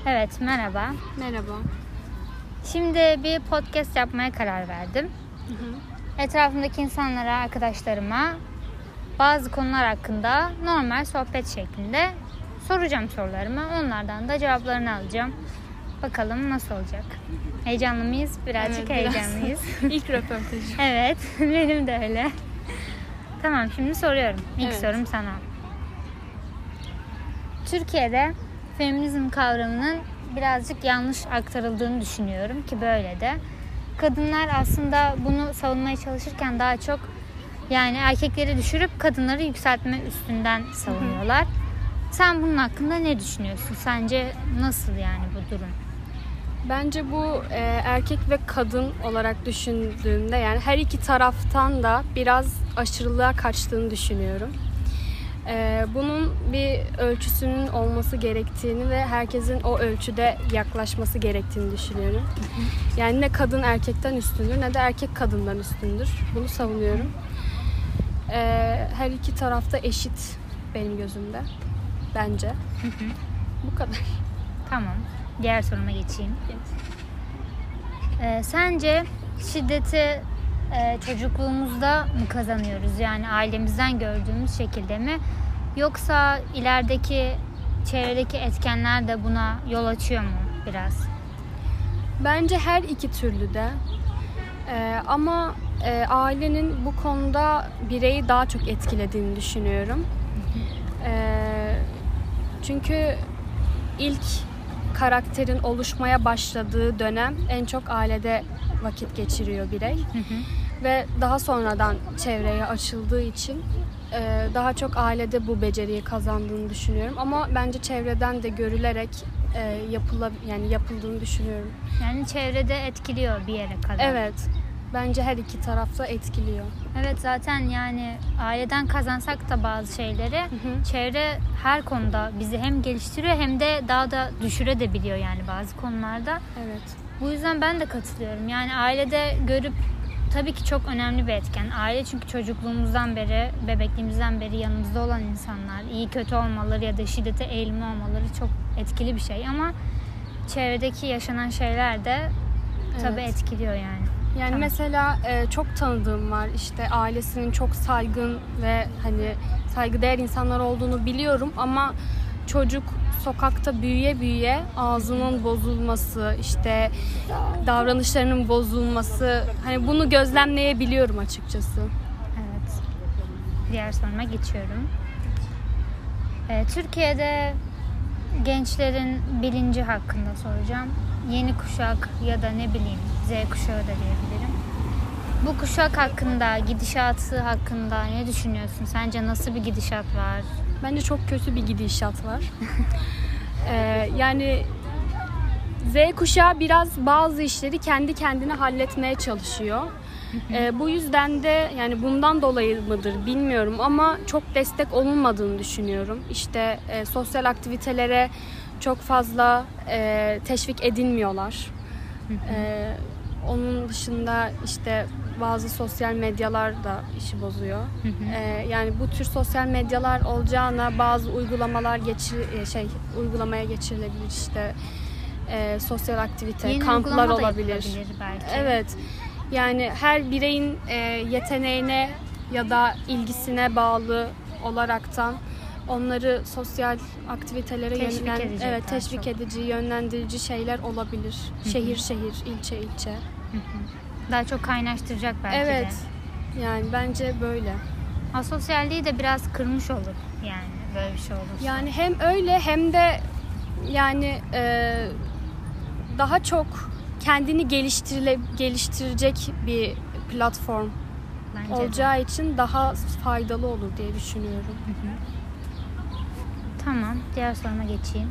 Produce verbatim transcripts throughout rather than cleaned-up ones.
Evet, merhaba. Merhaba. Şimdi bir podcast yapmaya karar verdim. Hı hı. Etrafımdaki insanlara, arkadaşlarıma bazı konular hakkında normal sohbet şeklinde soracağım sorularımı. Onlardan da cevaplarını alacağım. Bakalım nasıl olacak? Heyecanlı mıyız? Birazcık Evet, biraz. heyecanlıyız. İlk röportajım. Evet, benim de öyle. Tamam, şimdi soruyorum. İlk Evet. sorum sana. Türkiye'de feminizm kavramının birazcık yanlış aktarıldığını düşünüyorum ki böyle de. Kadınlar aslında bunu savunmaya çalışırken daha çok yani erkekleri düşürüp kadınları yükseltme üstünden savunuyorlar. Hı hı. Sen bunun hakkında ne düşünüyorsun? Sence nasıl yani bu durum? Bence bu e, erkek ve kadın olarak düşündüğümde yani her iki taraftan da biraz aşırılığa kaçtığını düşünüyorum. E, bunun bir ölçüsünün olması gerektiğini ve herkesin o ölçüde yaklaşması gerektiğini düşünüyorum. Hı hı. Yani ne kadın erkekten üstündür ne de erkek kadından üstündür. Bunu savunuyorum. E, her iki tarafta eşit benim gözümde. Bence. Hı hı. Bu kadar. Tamam. Diğer soruma geçeyim. Ee, sence şiddeti e, çocukluğumuzda mı kazanıyoruz? Yani ailemizden gördüğümüz şekilde mi? Yoksa ilerideki çevredeki etkenler de buna yol açıyor mu biraz? Bence her iki türlü de. Ee, ama e, ailenin bu konuda bireyi daha çok etkilediğini düşünüyorum. Ee, çünkü ilk karakterin oluşmaya başladığı dönem en çok ailede vakit geçiriyor birey. Hı hı. Ve daha sonradan çevreye açıldığı için e, daha çok ailede bu beceriyi kazandığını düşünüyorum. Ama bence çevreden de görülerek e, yapıla, yani yapıldığını düşünüyorum. Yani çevrede etkiliyor bir yere kadar. Evet. Bence her iki tarafta etkiliyor. Evet, zaten yani aileden kazansak da bazı şeyleri, hı hı, çevre her konuda bizi hem geliştiriyor hem de daha da düşürebiliyor yani bazı konularda. Evet. Bu yüzden ben de katılıyorum. Yani ailede görüp tabii ki çok önemli bir etken. Aile çünkü çocukluğumuzdan beri, bebekliğimizden beri yanımızda olan insanlar. İyi kötü olmaları ya da şiddete eğilimli olmaları çok etkili bir şey ama çevredeki yaşanan şeyler de tabii evet, etkiliyor yani. Yani tamam. Mesela e, çok tanıdığım var, işte ailesinin çok saygın ve hani saygıdeğer insanlar olduğunu biliyorum ama çocuk sokakta büyüye büyüye ağzının bozulması, işte davranışlarının bozulması, hani bunu gözlemleyebiliyorum açıkçası. Evet. Diğer soruma geçiyorum. Ee, Türkiye'de gençlerin bilinci hakkında soracağım. Yeni kuşak ya da ne bileyim Z kuşağı da diyebilirim. Bu kuşak hakkında, gidişatı hakkında ne düşünüyorsun? Sence nasıl bir gidişat var? Bence çok kötü bir gidişat var. ee, yani Z kuşağı biraz bazı işleri kendi kendine halletmeye çalışıyor. ee, bu yüzden de yani bundan dolayı mıdır bilmiyorum ama çok destek olunmadığını düşünüyorum. İşte e, sosyal aktivitelere çok fazla e, teşvik edilmiyorlar. E, onun dışında işte bazı sosyal medyalar da işi bozuyor. E, yani bu tür sosyal medyalar olacağına bazı uygulamalar geçir şey uygulamaya geçirilebilir, işte e, sosyal aktivite, yeni kamplar olabilir. Belki. Evet. Yani her bireyin e, yeteneğine ya da ilgisine bağlı olaraktan onları sosyal aktivitelere teşvik yönlen, edici, evet teşvik çok. edici, yönlendirici şeyler olabilir. Hı-hı. Şehir şehir, ilçe ilçe. Hı-hı. Daha çok kaynaştıracak belki evet. de. Evet. Yani bence böyle. Asosyalliği de biraz kırmış olur yani böyle bir şey olursa. Yani hem öyle hem de yani e, daha çok kendini geliştirile geliştirecek bir platform bence olacağı de. için daha faydalı olur diye düşünüyorum. Hı hı. Tamam, diğer soruma geçeyim.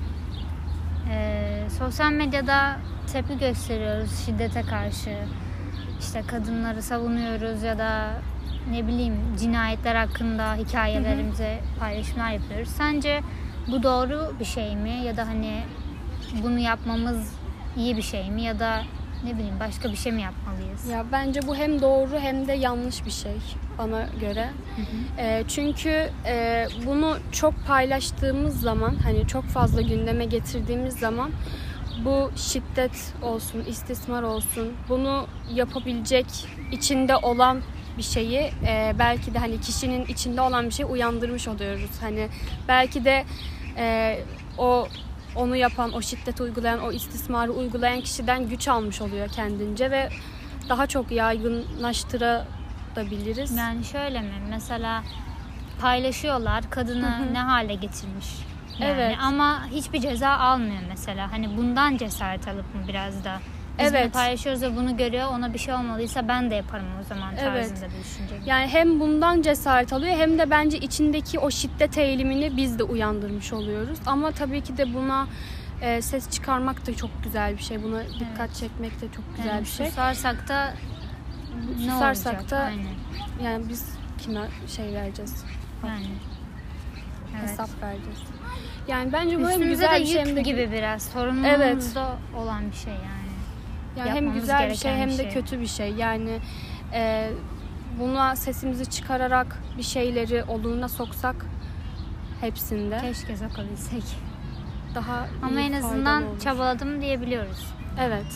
Ee, sosyal medyada tepki gösteriyoruz şiddete karşı. İşte kadınları savunuyoruz ya da ne bileyim cinayetler hakkında hikayelerimize paylaşımlar yapıyoruz. Sence bu doğru bir şey mi? Ya da hani bunu yapmamız iyi bir şey mi? Ya da ne bileyim başka bir şey mi yapmalıyız? Ya bence bu hem doğru hem de yanlış bir şey. bana göre. E, çünkü e, bunu çok paylaştığımız zaman, hani çok fazla gündeme getirdiğimiz zaman bu şiddet olsun, istismar olsun, bunu yapabilecek, içinde olan bir şeyi e, belki de hani kişinin içinde olan bir şeyi uyandırmış oluyoruz. Hani belki de e, o onu yapan, o şiddeti uygulayan, o istismarı uygulayan kişiden güç almış oluyor kendince ve daha çok yaygınlaştırabiliriz. Yani şöyle mi? Mesela paylaşıyorlar, kadını hı hı. ne hale getirmiş. Yani. Evet. Ama hiçbir ceza almıyor mesela. Hani bundan cesaret alıp mı biraz da? Biz evet. bunu paylaşıyoruz ve bunu görüyor. Ona bir şey olmalıysa ben de yaparım o zaman tarzında evet. bir düşünce. Yani hem bundan cesaret alıyor hem de bence içindeki o şiddet eğilimini biz de uyandırmış oluyoruz. Ama tabii ki de buna e, ses çıkarmak da çok güzel bir şey. Buna dikkat evet. çekmek de çok güzel yani bir şey. Susarsak da ne susarsak olacak? da Aynen. yani biz kime şey vereceğiz? Yani. Evet. Hesap vereceğiz. Yani bence bu hem güzel bir şey hem de gibi biraz sorumluluğumuzda evet. olan bir şey yani. Yani hem güzel bir şey hem de şey. kötü bir şey. Yani e, buna sesimizi çıkararak bir şeyleri oluruna soksak hepsinde. Keşke sokabilsek. Daha ama en azından çabaladım diyebiliyoruz. Evet.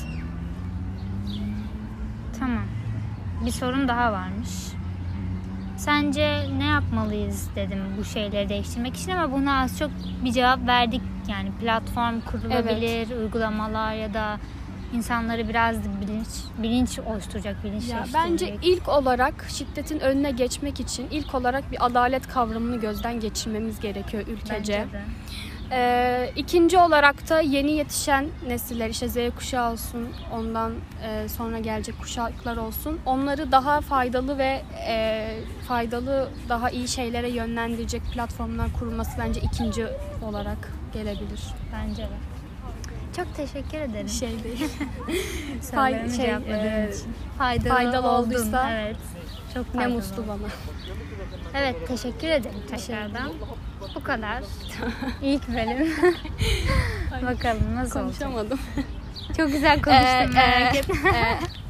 Tamam. Bir sorun daha varmış. Sence ne yapmalıyız dedim bu şeyleri değiştirmek için ama buna az çok bir cevap verdik. Yani platform kurulabilir, evet. uygulamalar ya da insanları biraz bilinç bilinç oluşturacak, bilinçlendirecek. Bence ilk olarak şiddetin önüne geçmek için ilk olarak bir adalet kavramını gözden geçirmemiz gerekiyor ülkece. Bence de. Ee, ikinci olarak da yeni yetişen nesiller, işte Z kuşağı olsun, ondan e, sonra gelecek kuşaklar olsun, onları daha faydalı ve e, faydalı, daha iyi şeylere yönlendirecek platformlar kurulması bence ikinci olarak gelebilir. Bence de. Çok teşekkür ederim. Şey değil. Sorularımı şey, cevapladığın e, için. Faydalı, faydalı olduysa evet. Çok ne mutlu bana. Evet, teşekkür ederim tekrardan. Bu kadar. İlk bölüm. Bakalım nasıl olacak. Konuşamadım. Çok güzel konuştum, ee, merak e, etme. E,